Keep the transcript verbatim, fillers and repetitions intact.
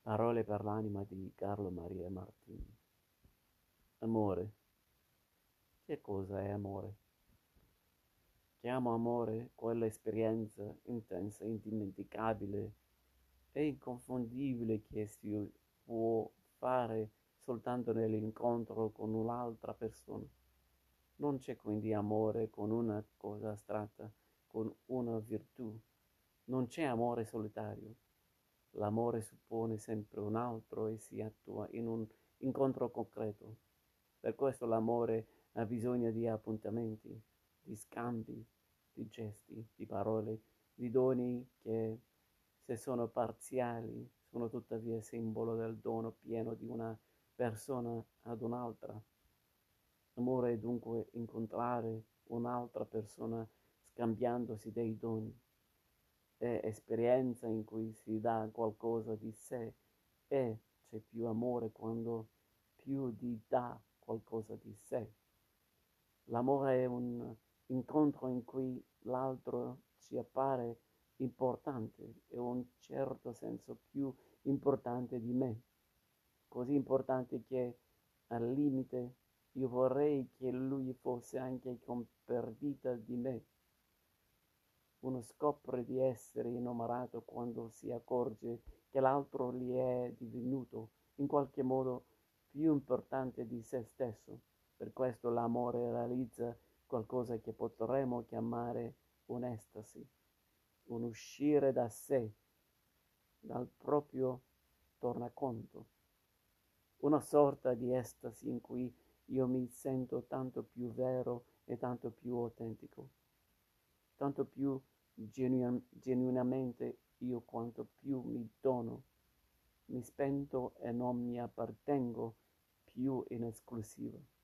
Parole per l'anima di Carlo Maria Martini. Amore. Che cosa è amore? Chiamo amore quell'esperienza intensa, indimenticabile e inconfondibile che si può fare soltanto nell'incontro con un'altra persona. Non c'è quindi amore con una cosa astratta, con una virtù. Non c'è amore solitario. L'amore suppone sempre un altro e si attua in un incontro concreto. Per questo l'amore ha bisogno di appuntamenti, di scambi, di gesti, di parole, di doni che, se sono parziali, sono tuttavia simbolo del dono pieno di una persona ad un'altra. Amore è dunque incontrare un'altra persona scambiandosi dei doni. È esperienza in cui si dà qualcosa di sé e c'è più amore quando più di dà qualcosa di sé. L'amore è un incontro in cui l'altro ci appare importante, in un certo senso più importante di me, così importante che al limite io vorrei che lui fosse anche con perdita di me. Uno scopre di essere innamorato quando si accorge che l'altro gli è divenuto in qualche modo più importante di se stesso. Per questo l'amore realizza qualcosa che potremmo chiamare un'estasi, un uscire da sé, dal proprio tornaconto, una sorta di estasi in cui io mi sento tanto più vero e tanto più autentico, tanto più genu- genuinamente io quanto più mi dono, mi spento e non mi appartengo più in esclusiva.